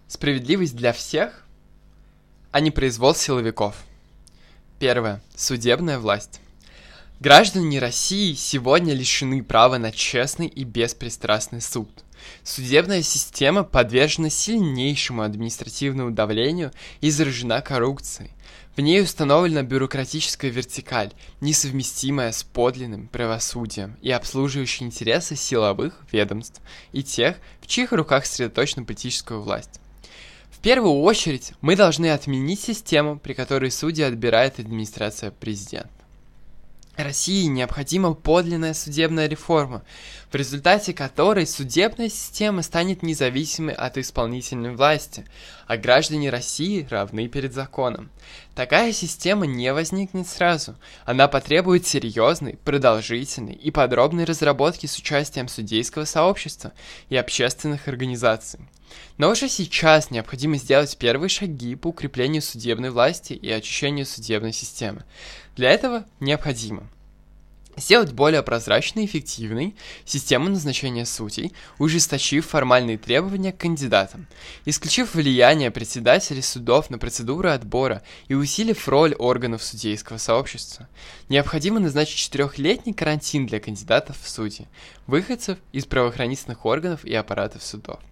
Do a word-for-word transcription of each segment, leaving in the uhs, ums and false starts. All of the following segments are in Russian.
Справедливость для всех, а не произвол силовиков. Первое. Судебная власть. Граждане России сегодня лишены права на честный и беспристрастный суд. Судебная система подвержена сильнейшему административному давлению и заражена коррупцией. В ней установлена бюрократическая вертикаль, несовместимая с подлинным правосудием и обслуживающая интересы силовых ведомств и тех, в чьих руках сосредоточена политическая власть. В первую очередь мы должны отменить систему, при которой судьи отбирает администрация президента. России необходима подлинная судебная реформа, в результате которой судебная система станет независимой от исполнительной власти, а граждане России равны перед законом. Такая система не возникнет сразу, она потребует серьезной, продолжительной и подробной разработки с участием судейского сообщества и общественных организаций. Но уже сейчас необходимо сделать первые шаги по укреплению судебной власти и очищению судебной системы. Для этого необходимо сделать более прозрачной и эффективной систему назначения судей, ужесточив формальные требования к кандидатам, исключив влияние председателей судов на процедуру отбора и усилив роль органов судейского сообщества. Необходимо назначить четырехлетний карантин для кандидатов в судьи, выходцев из правоохранительных органов и аппаратов судов.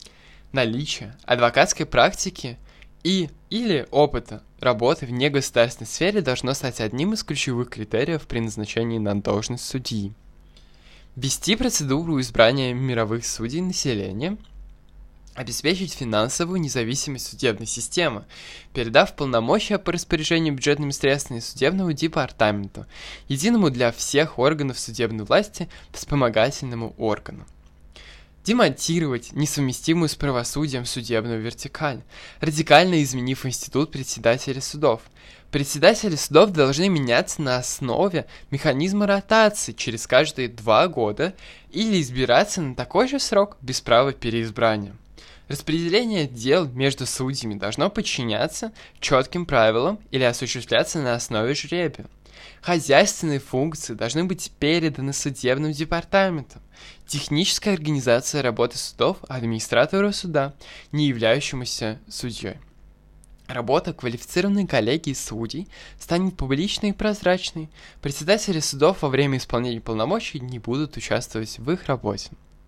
Наличие адвокатской практики и или опыта работы в негосударственной сфере должно стать одним из ключевых критериев при назначении на должность судьи. Ввести процедуру избрания мировых судей населения, обеспечить финансовую независимость судебной системы, передав полномочия по распоряжению бюджетными средствами судебному департаменту, единому для всех органов судебной власти вспомогательному органу. Демонтировать несовместимую с правосудием судебную вертикаль, радикально изменив институт председателей судов. Председатели судов должны меняться на основе механизма ротации через каждые два года или избираться на такой же срок без права переизбрания. Распределение дел между судьями должно подчиняться четким правилам или осуществляться на основе жребия. Хозяйственные функции должны быть переданы судебным департаментам. Техническая организация работы судов администратору суда, не являющемуся судьей. Работа квалифицированной коллегии судей станет публичной и прозрачной. Председатели судов во время исполнения полномочий не будут участвовать в их работе.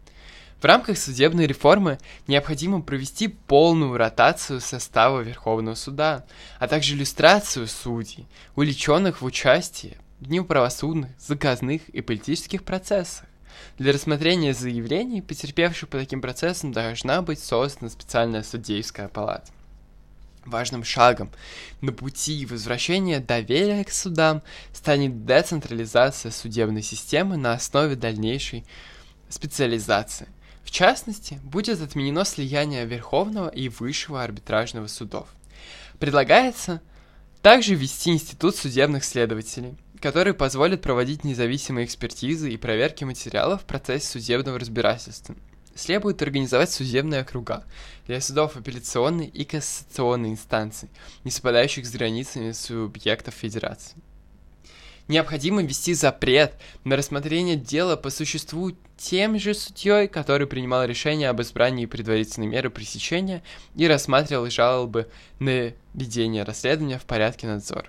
В рамках судебной реформы необходимо провести полную ротацию состава Верховного суда, а также люстрацию судей, увлеченных в участии в неправосудных, заказных и политических процессах. Для рассмотрения заявлений, потерпевших по таким процессам, должна быть создана специальная судейская палата. Важным шагом на пути возвращения доверия к судам станет децентрализация судебной системы на основе дальнейшей специализации. В частности, будет отменено слияние Верховного и Высшего арбитражного судов. Предлагается также ввести институт судебных следователей, который позволит проводить независимые экспертизы и проверки материалов в процессе судебного разбирательства. Следует организовать судебные округа для судов апелляционной и кассационной инстанций, не совпадающих с границами субъектов федерации. Необходимо ввести запрет на рассмотрение дела по существу тем же судьей, который принимал решение об избрании предварительной меры пресечения и рассматривал жалобы на ведение расследования в порядке надзора.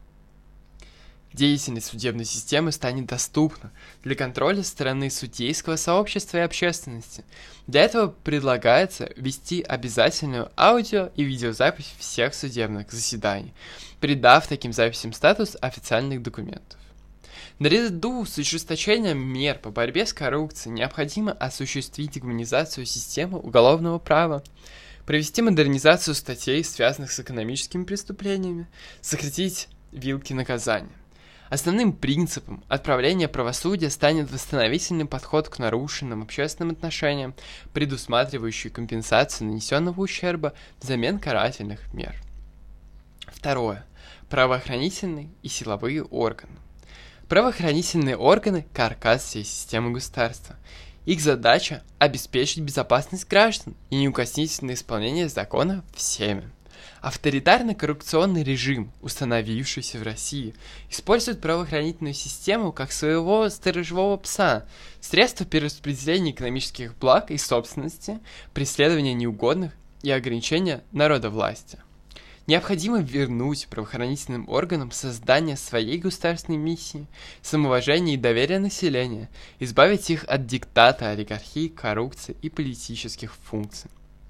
Деятельность судебной системы станет доступна для контроля со стороны судейского сообщества и общественности. Для этого предлагается ввести обязательную аудио- и видеозапись всех судебных заседаний, придав таким записям статус официальных документов. Наряду с ужесточением мер по борьбе с коррупцией необходимо осуществить гуманизацию системы уголовного права, провести модернизацию статей, связанных с экономическими преступлениями, сократить вилки наказания. Основным принципом отправления правосудия станет восстановительный подход к нарушенным общественным отношениям, предусматривающий компенсацию нанесенного ущерба взамен карательных мер. Второе. Правоохранительные и силовые органы. Правоохранительные органы – каркас всей системы государства. Их задача – обеспечить безопасность граждан и неукоснительное исполнение закона всеми. Авторитарно-коррупционный режим, установившийся в России, использует правоохранительную систему как своего сторожевого пса, средство перераспределения экономических благ и собственности, преследования неугодных и ограничения народовластия. Необходимо вернуть правоохранительным органам создание своей государственной миссии, самоуважение и доверие населения, избавить их от диктата, олигархии, коррупции и политических функций.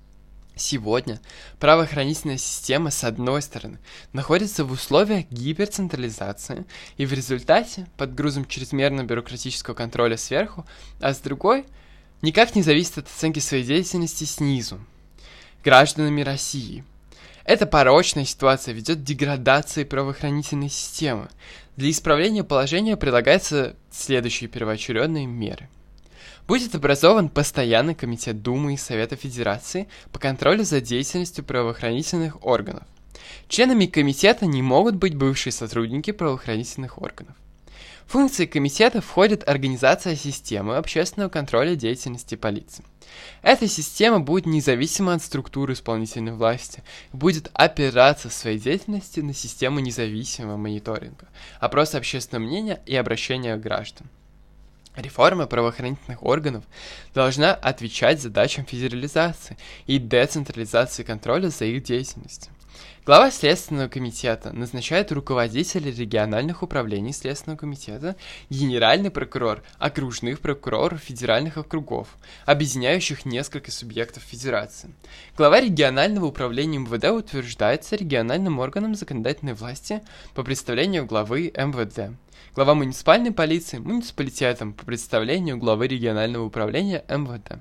Сегодня правоохранительная система, с одной стороны, находится в условиях гиперцентрализации и в результате под грузом чрезмерно бюрократического контроля сверху, а с другой никак не зависит от оценки своей деятельности снизу, гражданами России. Эта порочная ситуация ведет к деградации правоохранительной системы. Для исправления положения предлагаются следующие первоочередные меры. Будет образован постоянный комитет Думы и Совета Федерации по контролю за деятельностью правоохранительных органов. Членами комитета не могут быть бывшие сотрудники правоохранительных органов. В функции комитета входит организация системы общественного контроля деятельности полиции. Эта система будет независима от структуры исполнительной власти и будет опираться в своей деятельности на систему независимого мониторинга, опроса общественного мнения и обращения граждан. Реформа правоохранительных органов должна отвечать задачам федерализации и децентрализации контроля за их деятельностью. Глава Следственного комитета назначает руководителя региональных управлений Следственного комитета, генеральный прокурор окружных прокуроров федеральных округов, объединяющих несколько субъектов федерации. Глава регионального управления МВД утверждается региональным органом законодательной власти по представлению главы МВД. Глава муниципальной полиции – муниципалитетом по представлению главы регионального управления МВД.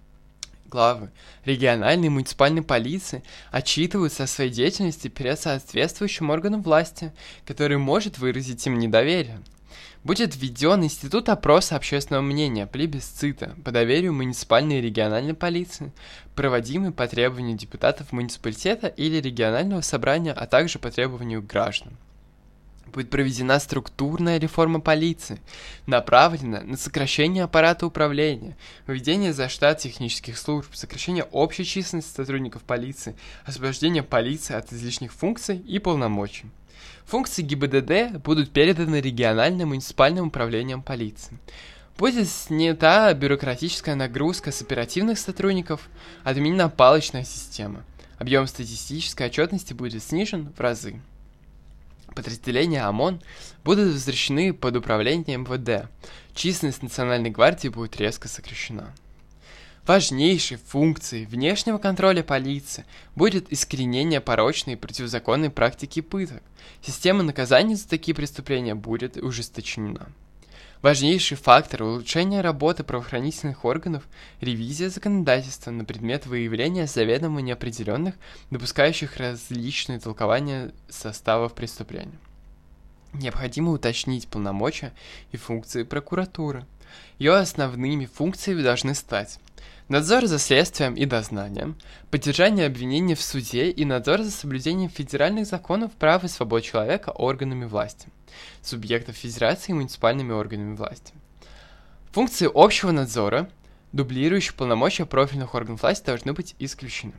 Главы региональной и муниципальной полиции отчитываются о своей деятельности перед соответствующим органом власти, который может выразить им недоверие. Будет введен институт опроса общественного мнения, плебисцита, по доверию муниципальной и региональной полиции, проводимый по требованию депутатов муниципалитета или регионального собрания, а также по требованию граждан. Будет проведена структурная реформа полиции, направленная на сокращение аппарата управления, введение за штат технических служб, сокращение общей численности сотрудников полиции, освобождение полиции от излишних функций и полномочий. Функции ГИБДД будут переданы региональным муниципальным управлениям полиции. Будет снята бюрократическая нагрузка с оперативных сотрудников, отменена палочная система. Объем статистической отчетности будет снижен в разы. Подразделения ОМОН будут возвращены под управление МВД. Численность Национальной гвардии будет резко сокращена. Важнейшей функцией внешнего контроля полиции будет искоренение порочной и противозаконной практики пыток. Система наказаний за такие преступления будет ужесточена. Важнейший фактор улучшения работы правоохранительных органов – ревизия законодательства на предмет выявления заведомо неопределенных, допускающих различные толкования составов преступления. Необходимо уточнить полномочия и функции прокуратуры. Ее основными функциями должны стать надзор за следствием и дознанием, поддержание обвинения в суде и надзор за соблюдением федеральных законов, прав и свобод человека органами власти, субъектов федерации и муниципальными органами власти. Функции общего надзора, дублирующие полномочия профильных органов власти, должны быть исключены.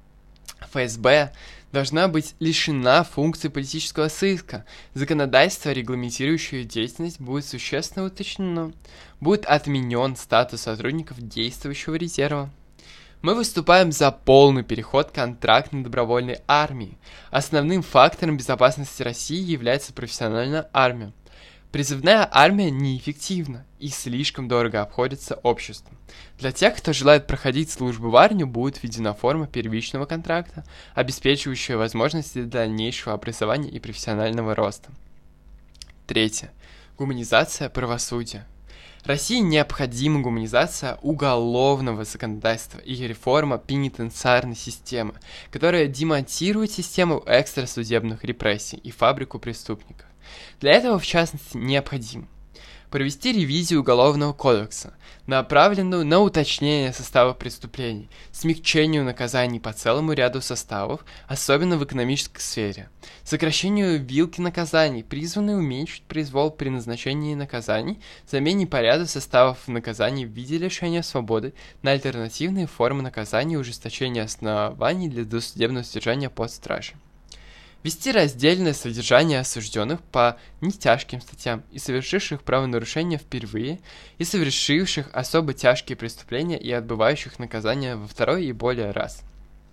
ФСБ должна быть лишена функции политического сыска. Законодательство, регламентирующее деятельность, будет существенно уточнено. Будет отменен статус сотрудников действующего резерва. Мы выступаем за полный переход к контрактно-добровольной армии. Основным фактором безопасности России является профессиональная армия. Призывная армия неэффективна и слишком дорого обходится обществу. Для тех, кто желает проходить службу в армию, будет введена форма первичного контракта, обеспечивающая возможности для дальнейшего образования и профессионального роста. Третье. Гуманизация правосудия. России необходима гуманизация уголовного законодательства и реформа пенитенциарной системы, которая демонтирует систему экстрасудебных репрессий и фабрику преступников. Для этого, в частности, необходимо провести ревизию Уголовного кодекса, направленную на уточнение состава преступлений, смягчению наказаний по целому ряду составов, особенно в экономической сфере, сокращению вилки наказаний, призванной уменьшить произвол при назначении наказаний, замене по ряду составов наказаний в виде лишения свободы на альтернативные формы наказания и ужесточение оснований для досудебного содержания под стражей. Вести раздельное содержание осужденных по нетяжким статьям и совершивших правонарушения впервые, и совершивших особо тяжкие преступления и отбывающих наказания во второй и более раз.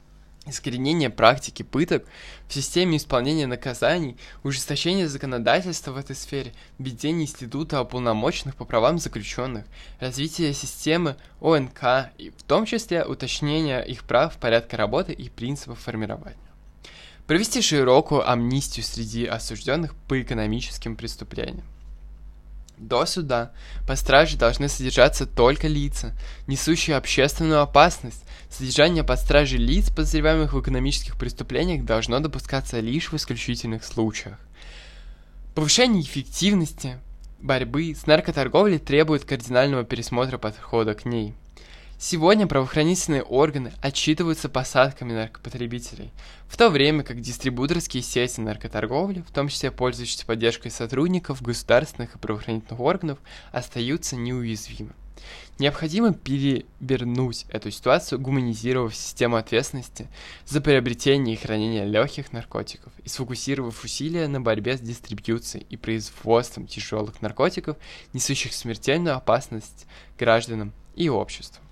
искоренение практики пыток в системе исполнения наказаний, ужесточение законодательства в этой сфере, введение института уполномоченных по правам заключенных, развитие системы О Н К и в том числе уточнение их прав, порядка работы и принципов формирования. Провести широкую амнистию среди осужденных по экономическим преступлениям. До суда по страже должны содержаться только лица, несущие общественную опасность. Содержание под стражей лиц, подозреваемых в экономических преступлениях, должно допускаться лишь в исключительных случаях. Повышение эффективности борьбы с наркоторговлей требует кардинального пересмотра подхода к ней. Сегодня правоохранительные органы отчитываются посадками наркопотребителей, в то время как дистрибьюторские сети наркоторговли, в том числе пользующиеся поддержкой сотрудников государственных и правоохранительных органов, остаются неуязвимы. Необходимо перевернуть эту ситуацию, гуманизировав систему ответственности за приобретение и хранение легких наркотиков и сфокусировав усилия на борьбе с дистрибьюцией и производством тяжелых наркотиков, несущих смертельную опасность гражданам и обществу.